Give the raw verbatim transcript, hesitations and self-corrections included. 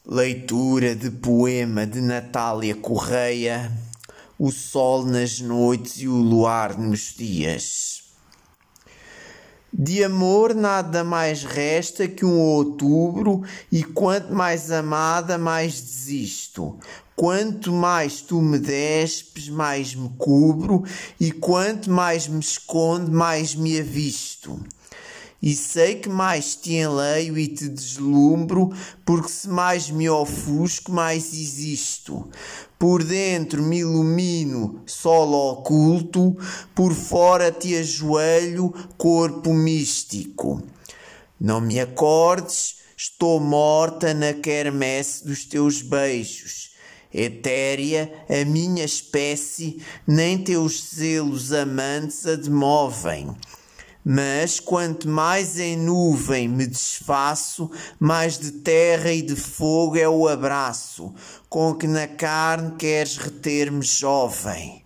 Leitura de poema de Natália Correia, O sol nas noites e o luar nos dias. De amor nada mais resta que um outubro, e quanto mais amada, mais desisto. Quanto mais tu me despes, mais me cubro, e quanto mais me escondo, mais me avisto. E sei que mais te enleio e te deslumbro, porque se mais me ofusco, mais existo. Por dentro me ilumino, solo oculto, por fora te ajoelho, corpo místico. Não me acordes, estou morta na quermesse dos teus beijos. Etérea, a minha espécie, nem teus zelos amantes a demovem. Mas, quanto mais em nuvem me desfaço, mais de terra e de fogo é o abraço, com que na carne queres reter-me jovem.